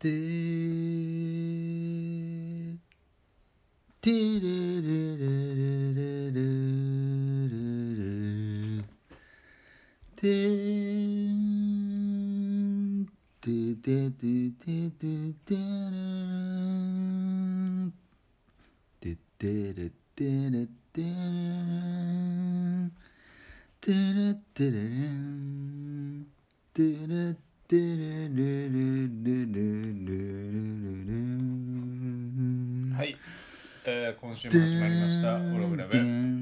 ててれれれれれれれてててててててててれてれててれてれてれてれれれれれはい、今週も始まりましたホログラム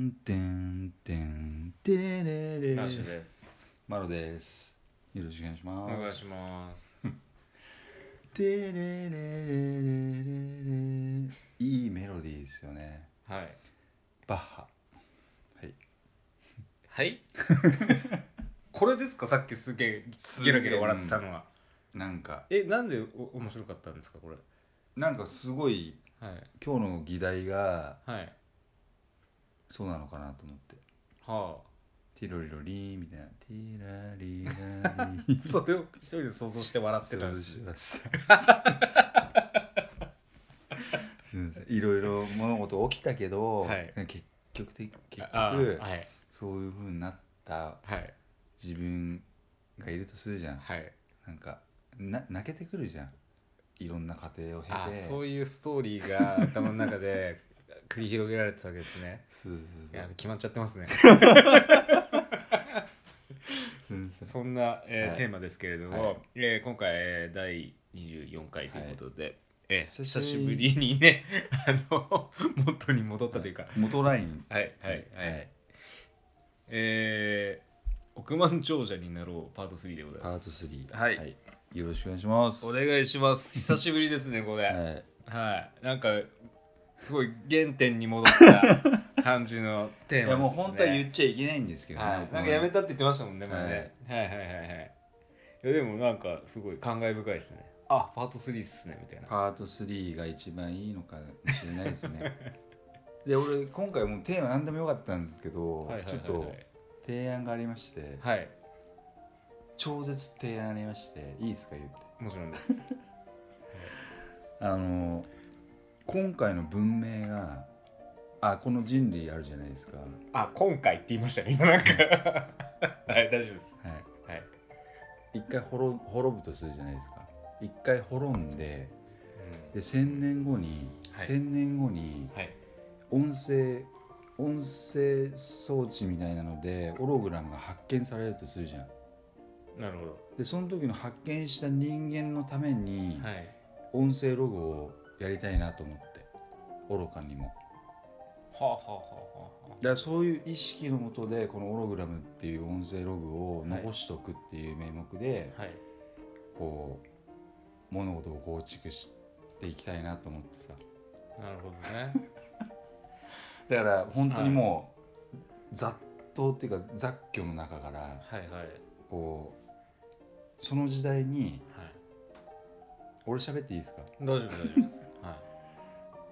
ナッシュです。 マロです。よろしくお願いします。 お願いします。 てれれれれれいいメロディーですよね。 はい。 バッハ。はいはいこれですか？さっきすげえゲラゲラ笑ってたのは。 なんかなんで面白かったんですかこれ？ なんかすごい、 はい、 今日の議題が、 はい、 そうなのかなと思って。 はティロリロリーみたいなティラリラリあそれを一人で想像して笑ってたんですよ。 いろいろ物事起きたけど、 はい、 結局、 はい、 そういう風になったはい、 自分がいるとするじゃん、 はい、 なんか泣けてくるじゃん、いろんな過程を経て。 そういうストーリーが頭の中で繰り広げられてたわけですね。 そういや決まっちゃってますねそんな、 はい、 テーマですけれども、 はい、 今回、第24回ということで、 はい、 久しぶりにね元に戻ったというか、 元ライン、 はいはいはい、億万長者になろうパート3でございます。 パート3、 はい、 はい、よろしくお願いします。 お願いします。久しぶりですねこれ。はい、なんかすごい原点に戻った感じのテーマですね。 いやもう本当は言っちゃいけないんですけどね、 はい、なんかやめたって言ってましたもんね、前ね。はいはいはいはい。いやでもなんかすごい感慨深いですね。パート3っすねみたいな。 パート3が一番いいのかもしれないですねで俺今回もうテーマ何でもよかったんですけど、ちょっと提案がありまして、 はい、 超絶提案ありまして、いいですか言って。 もちろんです今回の文明がこの人類あるじゃないですか。 今回って言いましたね今なんかはい大丈夫です。 はいはい、 一回滅ぶとするじゃないですか。一回滅んで、で1000年後に、はい、音声装置みたいなのでホログラムが発見されるとするじゃん。 なるほど。 でその時の発見した人間のために、 はい、 音声ログをやりたいなと思って、愚かにも。だからそういう意識のもとでこのホログラムっていう音声ログを残しとくっていう名目で、はい、こう物事を構築していきたいなと思ってさ。 なるほどねだから本当にもう雑踏っていうか雑居の中から、はいはい、こうその時代に、はい、俺喋っていいですか？ 大丈夫です、はい、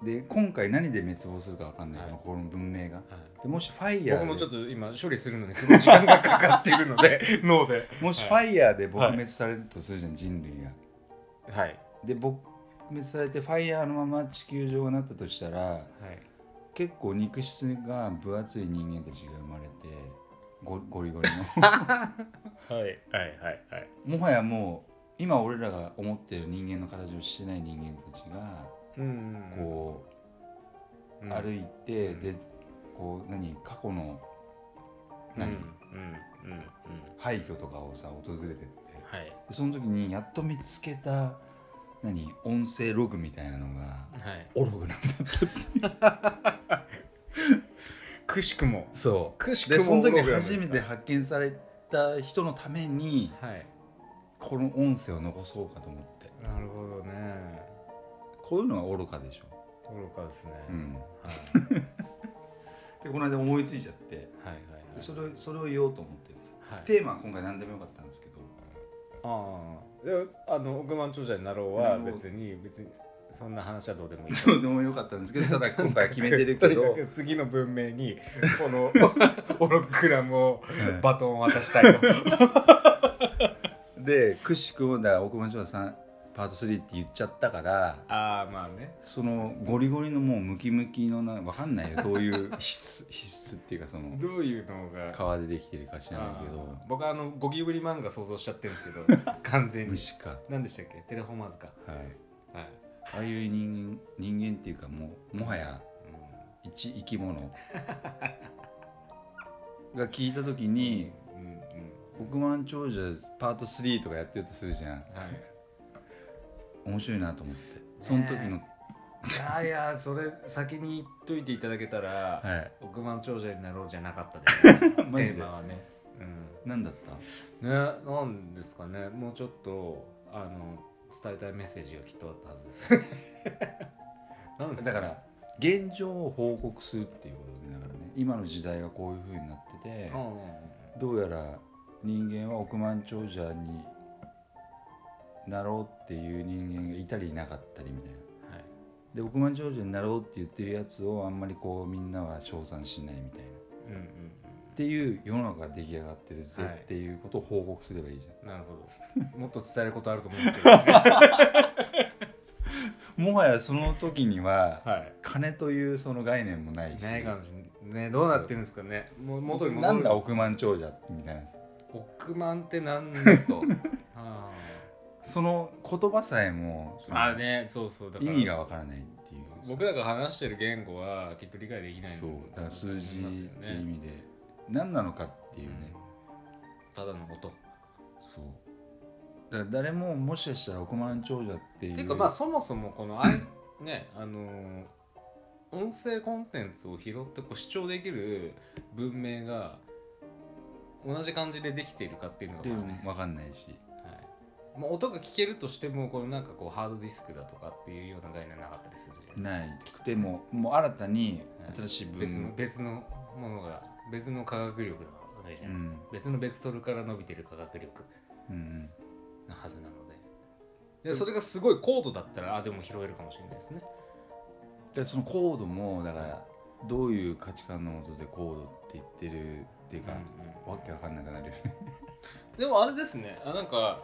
で今回何で滅亡するか分かんないけど、この文明が、はい、でもしファイヤーで、 僕もちょっと今処理するのにすごい時間がかかっているので脳でもしファイヤーで撲滅されるとするじゃん、人類が。 はい、で撲滅されてファイヤーのまま地球上がなったとしたら、はい、結構肉質が分厚い人間たちが生まれて、ゴリゴリのはいはいはいはい、 もはやもう今俺らが思ってる人間の形をしてない人間たちが、こう歩いて、でこう過去の廃墟とかをさ訪れてって、はい、その時にやっと見つけた音声ログみたいなのが、はい、オログラムだったくしくも。 そう。 くしくもでその時初めて発見された人のために、はい、この音声を残そうかと思って。 なるほどね。 こういうのが愚かでしょ。 愚かですね。 はい、でこの間思いついちゃって、はいはいはい、それを言おうと思って、はい、テーマは今回何でもよかったんですけど。 で億万長者になろうは別にそんな話はどうでもいい。 どうでもよかったんですけど、ただ今回は決めてるけど次の文明にこのホログラムをバトンを渡したいとでくしくもだ億万長者さんパート3って言っちゃったから、 ああまあね、 そのゴリゴリのもうムキムキの分かんないよどういう質っていうかそのどういうのが皮でできてるか知らないけど、 僕はゴキブリ漫画想像しちゃってるんですけど完全に虫か何でしたっけ、テレフォーマーズか、 はい、 はい、 ああいう人間っていうかもはや一生き物が聞いた時に、億万長者パート3とかやってるとするじゃん、はい、面白いなと思って、その時のいやそれ先に言っといていただけたら、はい、億万長者になろうじゃなかったですねマジでテーマはね、 何だったね、なんですかね、もうちょっと伝えたいメッセージがきっとあったはずですなんですか、 だから現状を報告するっていうことで、だからね、今の時代がこういう風になってて、どうやら人間は億万長者になろうっていう人間がいたりいなかったりみたいな、はい、で億万長者になろうって言ってるやつをあんまりこうみんなは称賛しないみたいな、っていう世の中が出来上がってるぜっていうことを報告すればいいじゃん、 なるほどもっと伝えることあると思うんですけど、 もはやその時には、はい、金というその概念もないし、 ないかもしれないね、どうなってるんですかね、もう元に戻るなんだ億万長者みたいな、 億万ってなんだとその言葉さえもね、そうそう、 だから意味がわからないっていう、 僕らが話してる言語はきっと理解できないんだ、 そうだから数字っていう意味で何なのかっていうね、 ただの音、 そうだから誰ももしかしたら億万長者っていう、 ていうかまあそもそもこのね音声コンテンツを拾ってこう視聴できる文明が同じ感じでできているかっていうのが分かんないし、 まあ、音が聞けるとしてもこのなんかこうハードディスクだとかっていうような概念なかったりするじゃないですか。 ない。でもう新たに新しい別のものが別の科学力なわけじゃないですか、別のベクトルから伸びてる科学力なはずなので、それがすごい高度だったらでも拾えるかもしれないですね。 でその高度もだからどういう価値観のもとで高度って言ってるっていうか、わけわかんなくなるでもあれですね、なんか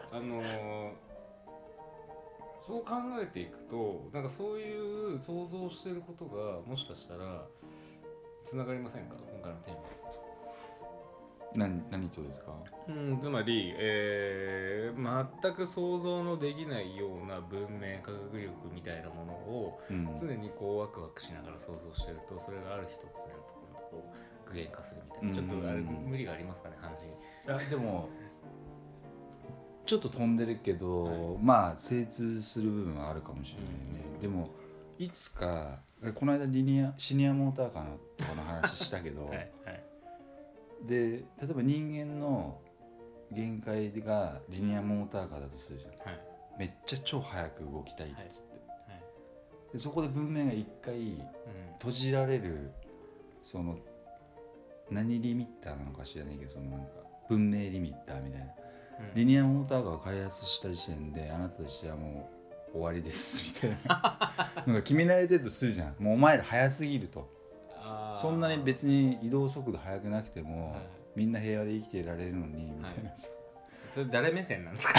そう考えていくとなんかそういう想像してることがもしかしたらつながりませんか、今回のテーマ。 何とですか？ つまり、全く想像のできないような文明科学力みたいなものを常にこうワクワクしながら想像してると、それがある日突然こう具現化するみたいな、ちょっとあれ無理がありますかね、話に。 いやでもちょっと飛んでるけど、まあ精通する部分はあるかもしれないね、でもいつかこの間シニアモーターカーとかの話したけどで例えば人間の限界がリニアモーターカーだとするじゃん、めっちゃ超速く動きたいっつって、でそこで文明が一回閉じられる、その何リミッターなのか知らないけど、そのなんか文明リミッターみたいな、リニアモーターカーを開発した時点であなたたちはもう終わりですみたいなのが決められてるとするじゃん。もうお前ら速すぎると、そんなに別に移動速度速くなくても、みんな平和で生きていられるのにみたいなさ、 それ誰目線なんですか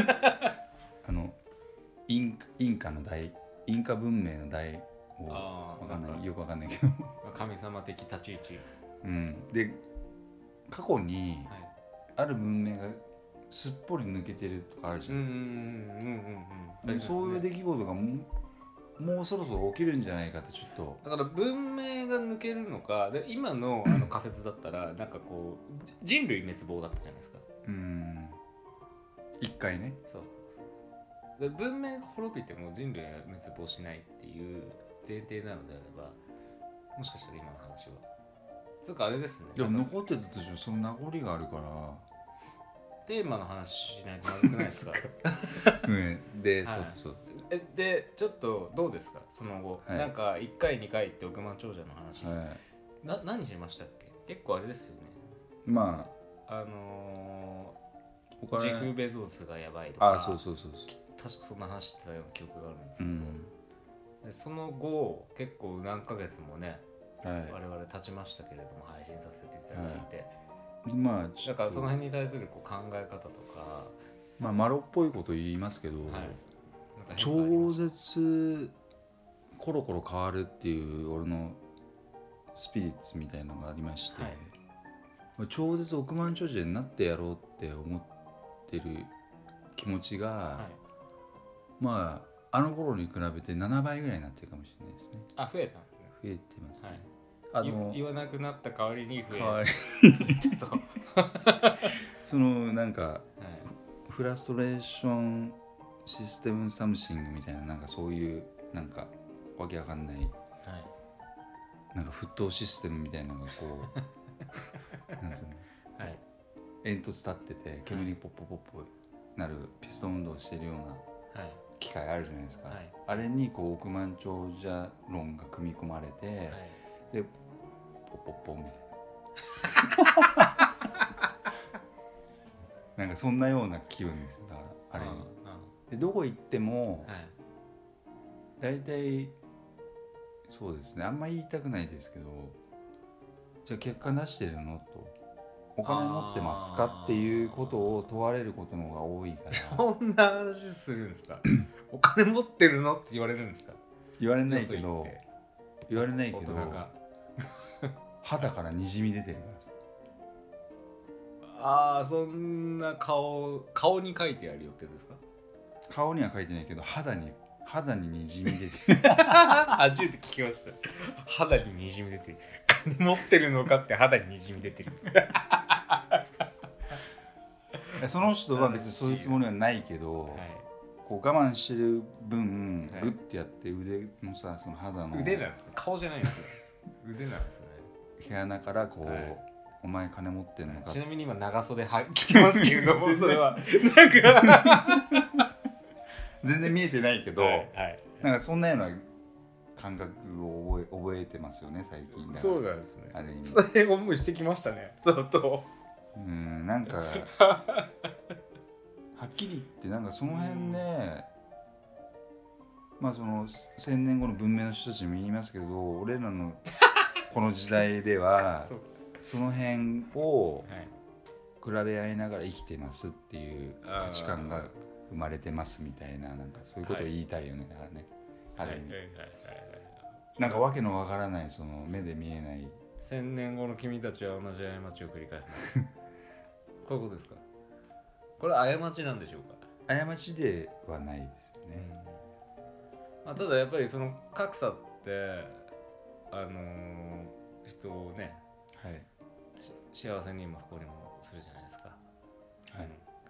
インカ文明の代をわかんないよくわかんないけど神様的立ち位置、 で過去にある文明がすっぽり抜けてるとかあるじゃん。そういう出来事がもうそろそろ起きるんじゃないかってちょっと。 だから文明が抜けるのかで、今の仮説だったらなんかこう人類滅亡だったじゃないですか。 一回ね。 そうで文明が滅びても人類は滅亡しないっていう前提なのであれば、もしかしたら今の話はつうかあれですね。 でも残ってたとしてもその名残があるからテーマの話しないとまずくないですかで、そうでちょっとどうですかその後、なんか1回2回って億万長者の話、何しましたっけ。結構あれですよね、 まあジェフ・ベゾスがやばいとか、 そう確かそんな話してたような記憶があるんですけど、でその後結構何ヶ月もね、我々経ちましたけれども配信させていただいて、だからその辺に対するこう考え方とか、 マロっぽいこと言いますけど、 か超絶コロコロ変わるっていう俺のスピリッツみたいなのがありまして、はい、超絶億万長者になってやろうって思ってる気持ちが、はい、まああの頃に比べて7倍ぐらいになってるかもしれないですね。 あ、増えたんですね。 増えてますね。 はい、言わなくなった代わりに増える。 ちょっとそのなんか、はい、フラストレーションシステムサムシングみたいな、なんかそういうなんかわけわかんない、はい、なんか沸騰システムみたいなのがこうなんつうの、はい、煙突立ってて煙ポッポポッポなるピストン運動してるような機械あるじゃないですか、はい、あれにこう億万長者論が組み込まれて、はい、でポッポッポみたいななんかそんなような気分ですよ。だからあれにでどこ行っても、はい、大体そうですね、あんま言いたくないですけど、じゃあ結果出してるのとお金持ってますかっていうことを問われることの方が多いから。 そんな話するんですかお金持ってるのって言われるんですか。 言われないけど肌からにじみ出てるから。 ああ、そんな顔に書いてあるよってやつですか。 顔には書いてないけど肌ににじみ出てる初めて聞きました。肌ににじみ出てる。金持ってるのかって肌ににじみ出てるその人は別にそういうつもりはないけど、はい、こう我慢してる分、はい、グッてやって腕のさ、その肌の腕なんですね。顔じゃないんですよ腕なんですね。 毛穴からこう、はい、お前金持ってるのか。 ちなみに今長袖着てますけれどもそれはなんか全然見えてないけど、はいはい、なんかそんなような感覚を覚えてますよね最近。 そうなんですね。あれそれ思いしてきましたね。相当なんかはっきり言ってなんかその辺で、まあその1000年後の文明の人たちも言いますけど、俺らのこの時代ではその辺を比べ合いながら生きてますっていう価値観が生まれてますみたいな、なんかそういうことを言いたいよね。だからね、ある意味なんかわけのわからない、その目で見えない 1000年後の君たちは同じ過ちを繰り返すこういうことですか。これは過ちなんでしょうか。 過ちではないですよね、 まあ、ただやっぱりその格差って人をね、はい、幸せにも不幸にもするじゃないですか。はい、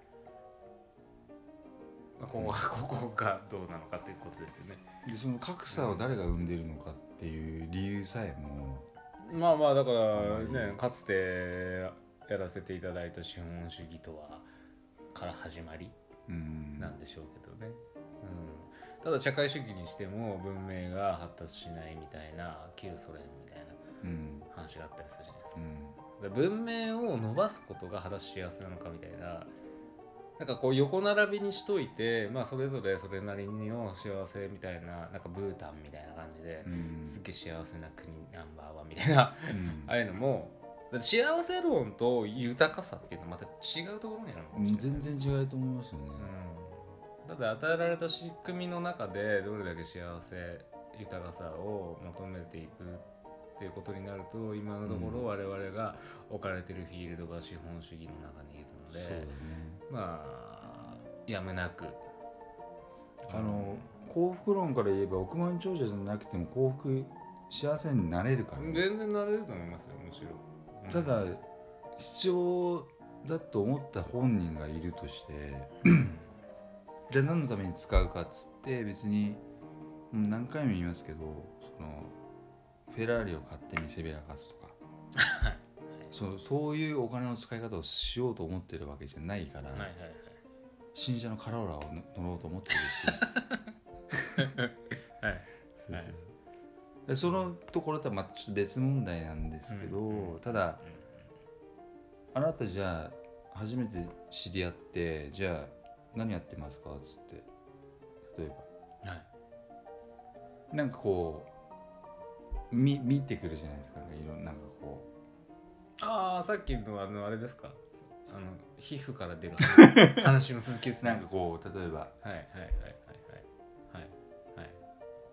まあ、ここがどうなのかということですよね。 でその格差を誰が生んでいるのかっていう理由さえも、 まあまあだからね、かつてやらせていただいた資本主義とはから始まりなんでしょうけどね、ただ社会主義にしても文明が発達しないみたいな旧ソ連みたいな話があったりするじゃないですか、文明を伸ばすことが果たし幸せなのかみたいな、なんかこう横並びにしといて、まあそれぞれそれなりの幸せみたいな、なんかブータンみたいな感じで、すっげえ幸せな国ナンバーワンみたいな、ああいうのも幸せ論と豊かさっていうのはまた違うところにあるのかもしれない。 全然違うと思いますよね。 ただ与えられた仕組みの中でどれだけ幸せ豊かさを求めていくっていうことになると、今のところ我々が置かれているフィールドが資本主義の中にいるので、そうだね、まあやむなく幸福論から言えば億万長者じゃなくても幸福幸せになれるから、ね、 全然なれると思いますよ、むしろ。 ただ必要だと思った本人がいるとしてじゃあ何のために使うかっつって別に何回も言いますけど、そのフェラーリを買って見せびらかすとかそういうお金の使い方をしようと思ってるわけじゃないから、はいはいはい、新車のカローラを乗ろうと思ってるし、はいそうそう、そのところとはまたちょっと別問題なんですけど、ただあなたじゃあ初めて知り合ってじゃあ何やってますかっつって例えば、はい、なんかこう見てくるじゃないですか、いろんななんかこう、さっきのあれですか、皮膚から出る話の続きですね。 なんかこう例えば、はいはいはいはいはい、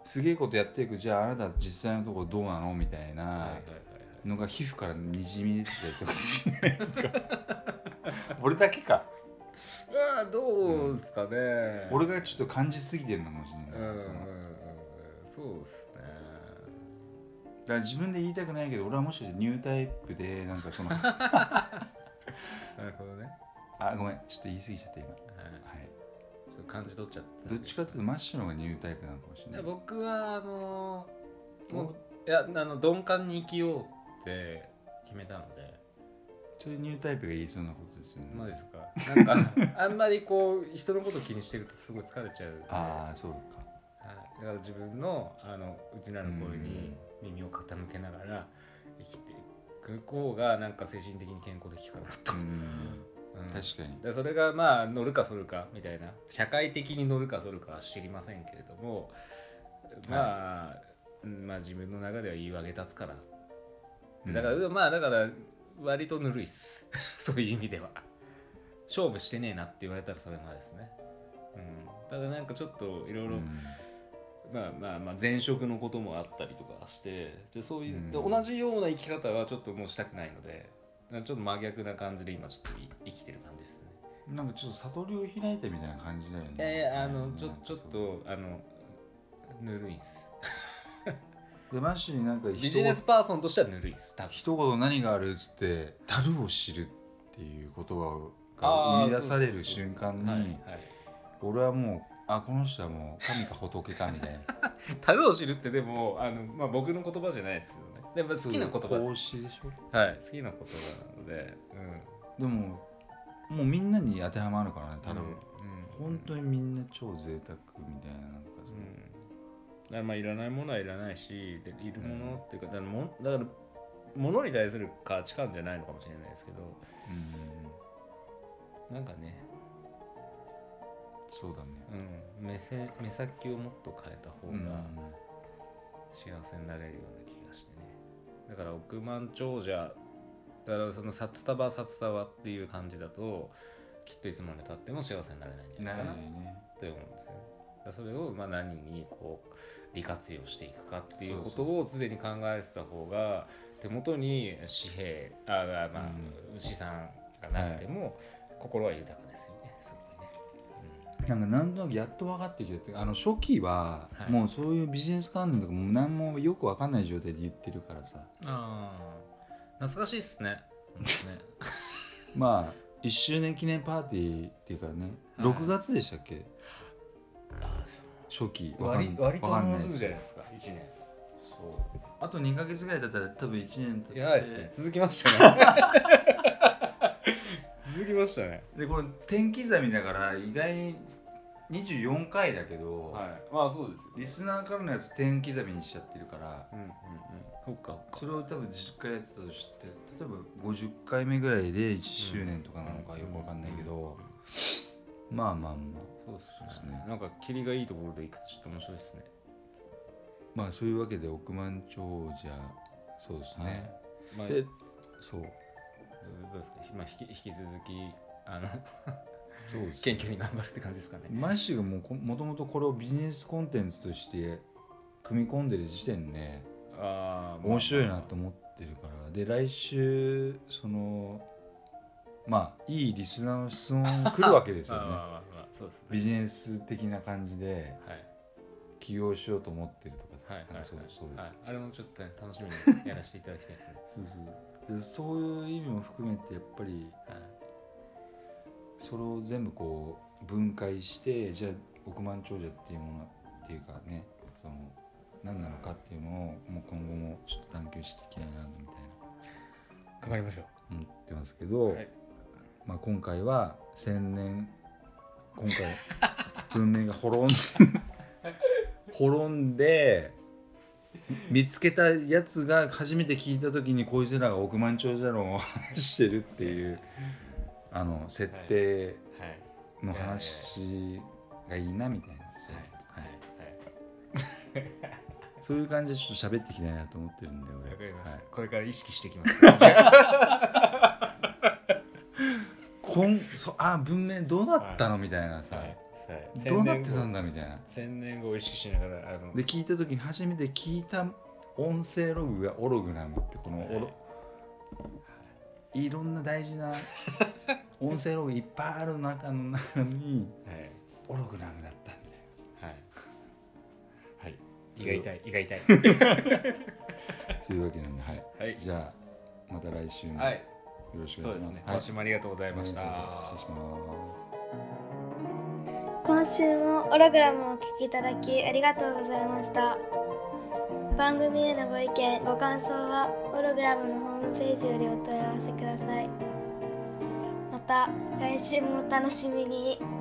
すげえことやっていく、じゃああなた実際のところどうなのみたいなのが皮膚からにじみ出てたりとかしない俺だけか。 どうですかね、 俺がちょっと感じすぎてるのかもしれない。 そうですね。 だから自分で言いたくないけど、俺はもしかしてニュータイプでなんかそのなるほどね。 ごめん、ちょっと言い過ぎちゃった今。はい。 そう感じ取っちゃった。 どっちかというとマッシュの方がニュータイプなのかもしれない。 僕はもういや鈍感に生きようって決めたので。 そういうニュータイプが言いそうなことですよね。 マジですか。なんかあんまりこう人のことを気にしてるとすごい疲れちゃう。 ああ、そうか。 だから自分の内なる声に耳を傾けながら生きていく方がなんか精神的に健康的かなと。 確かに。 でそれがまあ乗るかそるかみたいな、社会的に乗るかそるかは知りませんけれども、まあ自分の中では言い訳立つから。だから割とぬるいっすそういう意味では。勝負してねえなって言われたらそれまでですね。ただなんかちょっといろいろ前職のこともあったりとかして、そういう、同じような生き方はちょっともうしたくないので、ちょっと真逆な感じで今ちょっと生きてる感じですね。 なんかちょっと悟りを開いたみたいな感じだよね。 ちょっとぬるいっすでマッシュになんかビジネスパーソンとしてはぬるいっす。 一言何があるっつって樽を知るっていう言葉が生み出される瞬間に、俺はもうこの人はもう神か仏かみたいな樽を知るってでも僕の言葉じゃないですけどね。でも好きな言葉です。 孔子でしょ。 はい、好きな言葉なので、 でももうみんなに当てはまるからね、樽。本当にみんな超贅沢みたいななんかだからいらないものはいらないし、でいるものっていうか、だから物に対する価値観じゃないのかもしれないですけど、なんかね、 そうだね、 目先をもっと変えた方が幸せになれるような気がしてね。だから億万長者、だからその札束っていう感じだときっといつまで経っても幸せになれないんじゃないかなって思うんですよね。それを何にこう利活用していくかっていうことを常に考えてた方が、手元に紙幣資産がなくても心は豊かですよね。すごいね。 なんか何となくやっと分かってきて、初期はもうそういうビジネス関連とかも何もよく分かんない状態で言ってるからさ。 懐かしいっすね。 まあ1周年記念パーティーっていうかね、6月でしたっけ。初期割ともうすぐじゃないですか、1年。 そうあと2ヶ月ぐらいだったら多分1年経って。 やばいですね、続きましたね続きましたね。 でこれ天刻みだから意外に24回だけど、 まあそうですよ、 リスナーからのやつ天刻みにしちゃってるから、それを多分10回やってたとして、例えば50回目ぐらいで1周年とかなのかよくわかんないけど、まあそうですね。なんかキリがいいところでいくとちょっと面白いですね。 まあそういうわけで億万長者、そうですね。で、そう。 どうですか。引き続きそうです、 謙虚に頑張るって感じですかね。 マッシュがもともとこれをビジネスコンテンツとして組み込んでる時点で面白いなと思ってるから、で来週いいリスナーの質問来るわけですよね。 そうですね。 ビジネス的な感じで起業しようと思ってるとか、 あれもちょっと、楽しみにやらせていただきたいですね。 そういう意味も含めてやっぱり、それを全部こう分解して、じゃあ億万長者っていうものっていうかね、何なのかっていうのをもう今後もちょっと探求していきたいなみたいな頑張りましょう思ってますけど、今回は今回文明が滅んで見つけたやつが初めて聞いた時にこいつらが億万長者論を話してるっていう設定の話がいいなみたいな、そういう感じでちょっと喋っていきたいなと思ってるんで、俺。 わかりました。これから意識してきます。 文明どうなったのみたいなさ、 どうなってたんだみたいな。 1000年後を意識しながらで聞いた時に初めて聞いた音声ログがオログラムってこのいろんな大事な音声ログいっぱいある中にオログラムだったみたいな。 はい。胃が痛い胃が痛い。 そういうわけなんで、はい。じゃあまた来週もよろしくお願いします。そうですね。 今週もありがとうございました。 失礼します。 今週もオログラムをお聞きいただきありがとうございました。番組へのご意見ご感想はオログラムのホームページよりお問い合わせください。また来週もお楽しみに。